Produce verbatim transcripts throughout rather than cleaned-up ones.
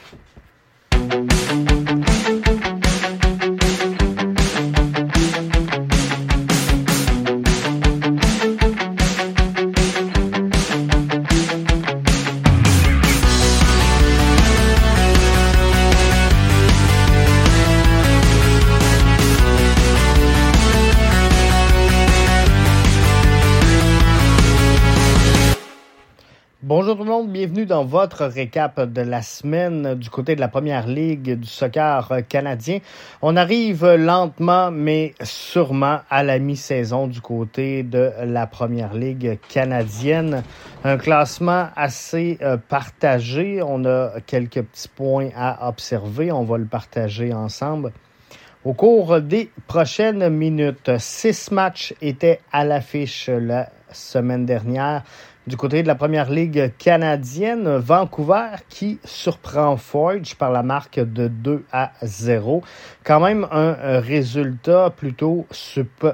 Bonjour tout le monde, bienvenue dans votre récap de la semaine du côté de la Première Ligue du soccer canadien. On arrive lentement mais sûrement à la mi-saison du côté de la Première Ligue canadienne. Un classement assez euh, partagé, on a quelques petits points à observer, on va le partager ensemble. Au cours des prochaines minutes, six matchs étaient à l'affiche la semaine dernière. Du côté de la Première Ligue canadienne, Vancouver qui surprend Forge par la marque de deux à zéro. Quand même un résultat plutôt sup-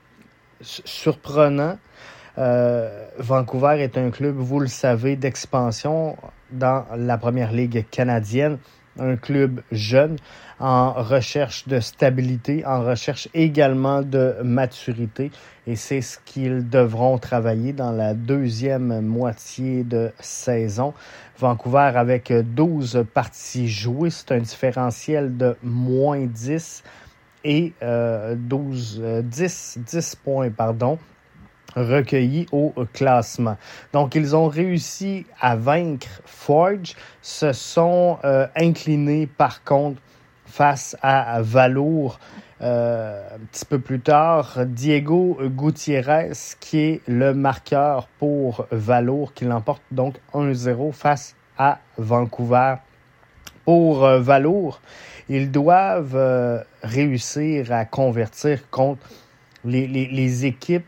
surprenant. Euh, Vancouver est un club, vous le savez, d'expansion dans la Première Ligue canadienne. Un club jeune, en recherche de stabilité, en recherche également de maturité. Et c'est ce qu'ils devront travailler dans la deuxième moitié de saison. Vancouver avec douze parties jouées, c'est un différentiel de moins dix et euh, douze, dix, dix points, pardon. Recueillis au classement. Donc, ils ont réussi à vaincre Forge, se sont euh, inclinés par contre face à Valour euh, un petit peu plus tard. Diego Gutiérrez, qui est le marqueur pour Valour, qui l'emporte donc un zéro face à Vancouver. Pour euh, Valour, ils doivent euh, réussir à convertir contre les, les, les équipes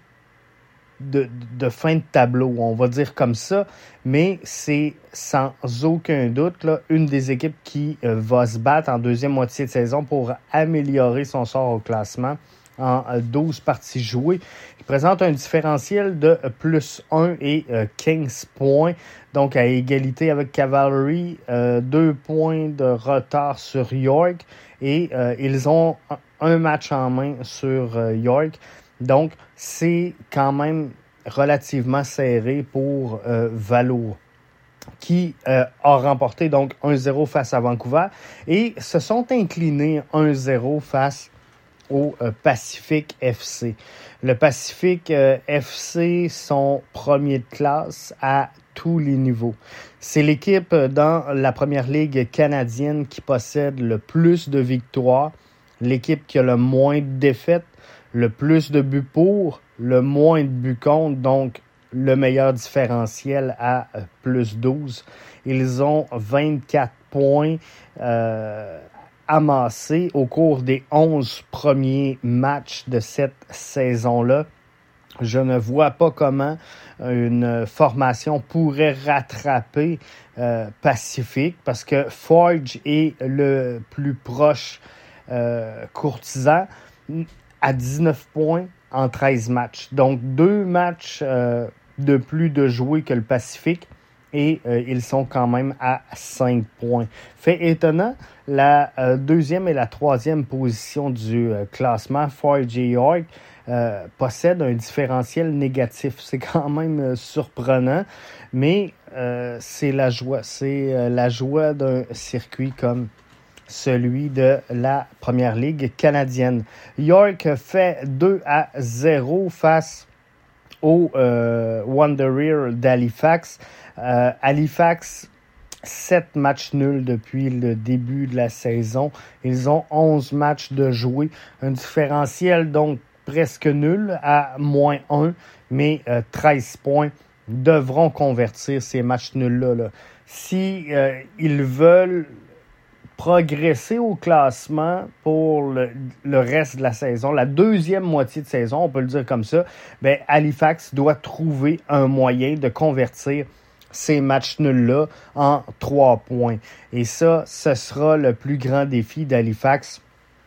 De, de fin de tableau, on va dire comme ça, mais c'est sans aucun doute là, une des équipes qui euh, va se battre en deuxième moitié de saison pour améliorer son sort au classement en euh, douze parties jouées. Il présente un différentiel de euh, plus un et euh, quinze points, donc à égalité avec Cavalry, euh, deux points de retard sur York et euh, ils ont un match en main sur euh, York. Donc, c'est quand même relativement serré pour euh, Valour, qui euh, a remporté donc un zéro face à Vancouver et se sont inclinés un zéro face au euh, Pacific F C. Le Pacific euh, F C sont premiers de classe à tous les niveaux. C'est l'équipe dans la Première Ligue canadienne qui possède le plus de victoires, l'équipe qui a le moins de défaites, le plus de buts pour, le moins de buts contre, donc le meilleur différentiel à euh, plus douze. Ils ont vingt-quatre points euh, amassés au cours des onze premiers matchs de cette saison-là. Je ne vois pas comment une formation pourrait rattraper euh, Pacific parce que Forge est le plus proche euh, courtisan à dix-neuf points en treize matchs. Donc, deux matchs euh, de plus de joués que le Pacifique et euh, ils sont quand même à cinq points. Fait étonnant, la euh, deuxième et la troisième position du euh, classement, Forge et York, euh, possèdent un différentiel négatif. C'est quand même euh, surprenant, mais euh, c'est la joie. C'est euh, la joie d'un circuit comme celui de la Première Ligue canadienne. York fait deux à zéro face au euh, Wanderers d'Halifax. Euh, Halifax, sept matchs nuls depuis le début de la saison. Ils ont onze matchs de joués. Un différentiel donc presque nul à moins un, mais euh, treize points devront convertir ces matchs nuls-là. Là. Si euh, ils veulent progresser au classement pour le, le reste de la saison, la deuxième moitié de saison, on peut le dire comme ça, ben Halifax doit trouver un moyen de convertir ces matchs nuls-là en trois points. Et ça, ce sera le plus grand défi d'Halifax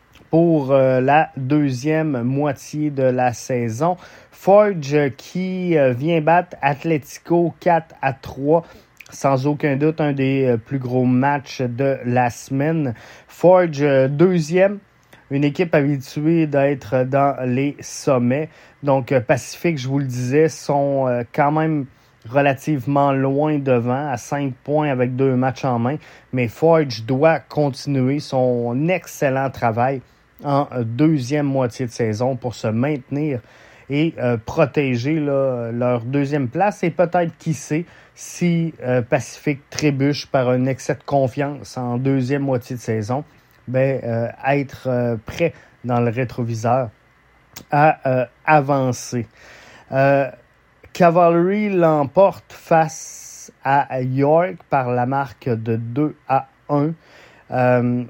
pour euh, la deuxième moitié de la saison. Forge qui euh, vient battre Atletico quatre à trois sans aucun doute un des plus gros matchs de la semaine. Forge, deuxième, une équipe habituée d'être dans les sommets. Donc, Pacifique, je vous le disais, sont quand même relativement loin devant, à cinq points avec deux matchs en main. Mais Forge doit continuer son excellent travail en deuxième moitié de saison pour se maintenir et euh, protéger là, leur deuxième place. Et peut-être, qui sait, si euh, Pacifique trébuche par un excès de confiance en deuxième moitié de saison, ben, euh, être euh, prêt dans le rétroviseur à euh, avancer. Euh, Cavalry l'emporte face à York par la marque de deux à un. Euh,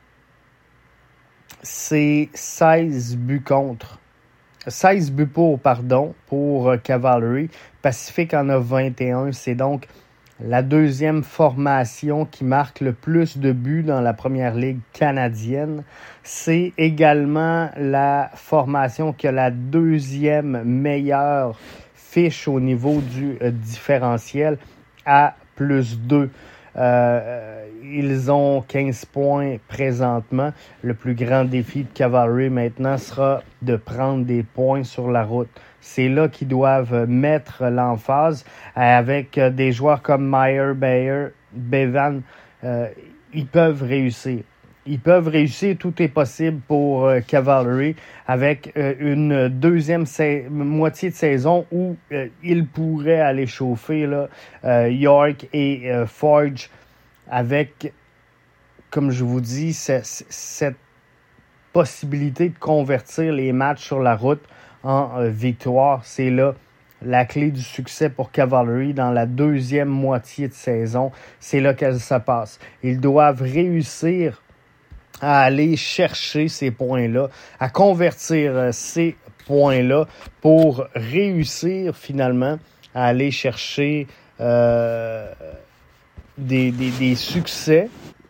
c'est seize buts contre. seize buts pour, pardon, pour Cavalry. Pacifique en a vingt et un. C'est donc la deuxième formation qui marque le plus de buts dans la première ligue canadienne. C'est également la formation qui a la deuxième meilleure fiche au niveau du euh, différentiel à plus deux. Euh, ils ont quinze points présentement. Le plus grand défi de Cavalry maintenant sera de prendre des points sur la route. C'est là qu'ils doivent mettre l'emphase avec des joueurs comme Meyer, Bayer, Bevan. Euh, ils peuvent réussir. Ils peuvent réussir, tout est possible pour euh, Cavalry avec euh, une deuxième sa- moitié de saison où euh, ils pourraient aller chauffer là, euh, York et euh, Forge avec, comme je vous dis, c- c- cette possibilité de convertir les matchs sur la route en euh, victoire. C'est là la clé du succès pour Cavalry dans la deuxième moitié de saison. C'est là qu'elle se passe. Ils doivent réussir à aller chercher ces points-là, à convertir euh, ces points-là pour réussir finalement à aller chercher euh, des, des, des succès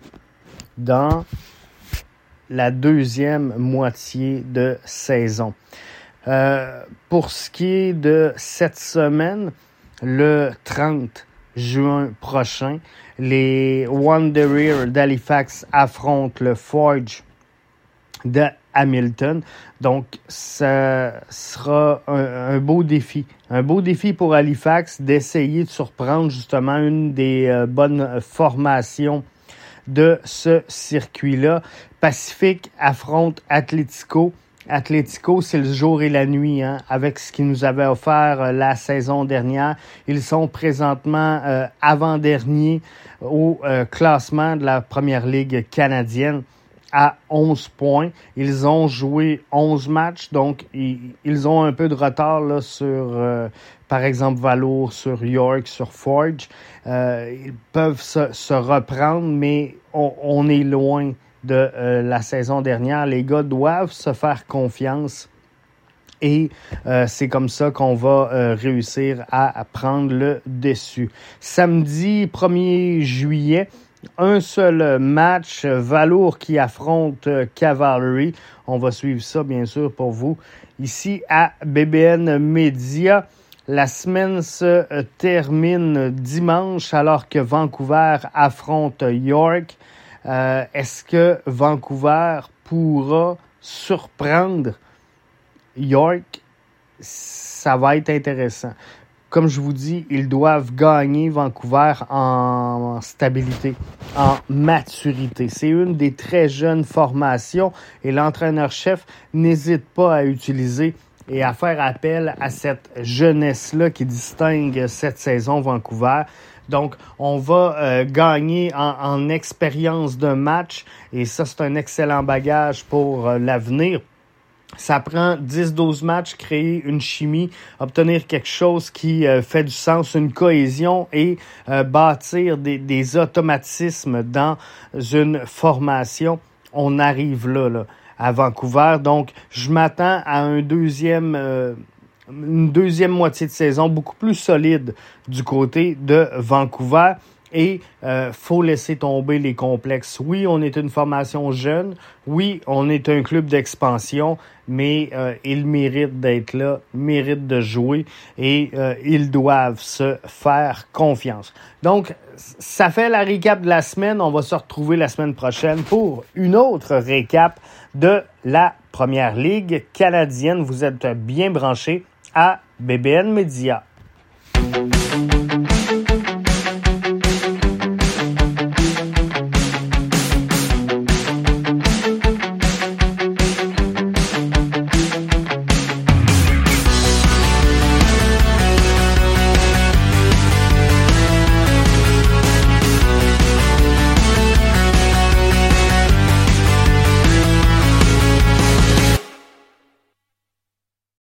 dans la deuxième moitié de saison. Euh, pour ce qui est de cette semaine, le trente juin prochain, les Wanderers d'Halifax affrontent le Forge de Hamilton. Donc, ça sera un, un beau défi. Un beau défi pour Halifax d'essayer de surprendre justement une des euh, bonnes formations de ce circuit-là. Pacifique affronte Atlético. Atlético, c'est le jour et la nuit, hein, avec ce qu'ils nous avaient offert euh, la saison dernière. Ils sont présentement euh, avant-derniers au euh, classement de la Première Ligue canadienne à onze points. Ils ont joué onze matchs, donc ils, ils ont un peu de retard là, sur, euh, par exemple, Valour, sur York, sur Forge. Euh, ils peuvent se, se reprendre, mais on, on est loin de euh, la saison dernière. Les gars doivent se faire confiance et euh, c'est comme ça qu'on va euh, réussir à, à prendre le dessus. Samedi premier juillet, un seul match, Valour qui affronte Cavalry. On va suivre ça, bien sûr, pour vous, ici à B B N Media. La semaine se termine dimanche alors que Vancouver affronte York. Euh, est-ce que Vancouver pourra surprendre York? Ça va être intéressant. Comme je vous dis, ils doivent gagner Vancouver en stabilité, en maturité. C'est une des très jeunes formations et l'entraîneur-chef n'hésite pas à utiliser et à faire appel à cette jeunesse-là qui distingue cette saison Vancouver. Donc, on va euh, gagner en, en expérience de match et ça, c'est un excellent bagage pour euh, l'avenir. Ça prend dix à douze matchs, créer une chimie, obtenir quelque chose qui euh, fait du sens, une cohésion et euh, bâtir des, des automatismes dans une formation. On arrive là, là, à Vancouver. Donc, je m'attends à un deuxième... Euh, une deuxième moitié de saison beaucoup plus solide du côté de Vancouver. Et il euh, faut laisser tomber les complexes. Oui, on est une formation jeune. Oui, on est un club d'expansion, mais euh, ils méritent d'être là, méritent de jouer et euh, ils doivent se faire confiance. Donc, ça fait la récap de la semaine. On va se retrouver la semaine prochaine pour une autre récap de la Première Ligue canadienne. Vous êtes bien branchés à B B N Media.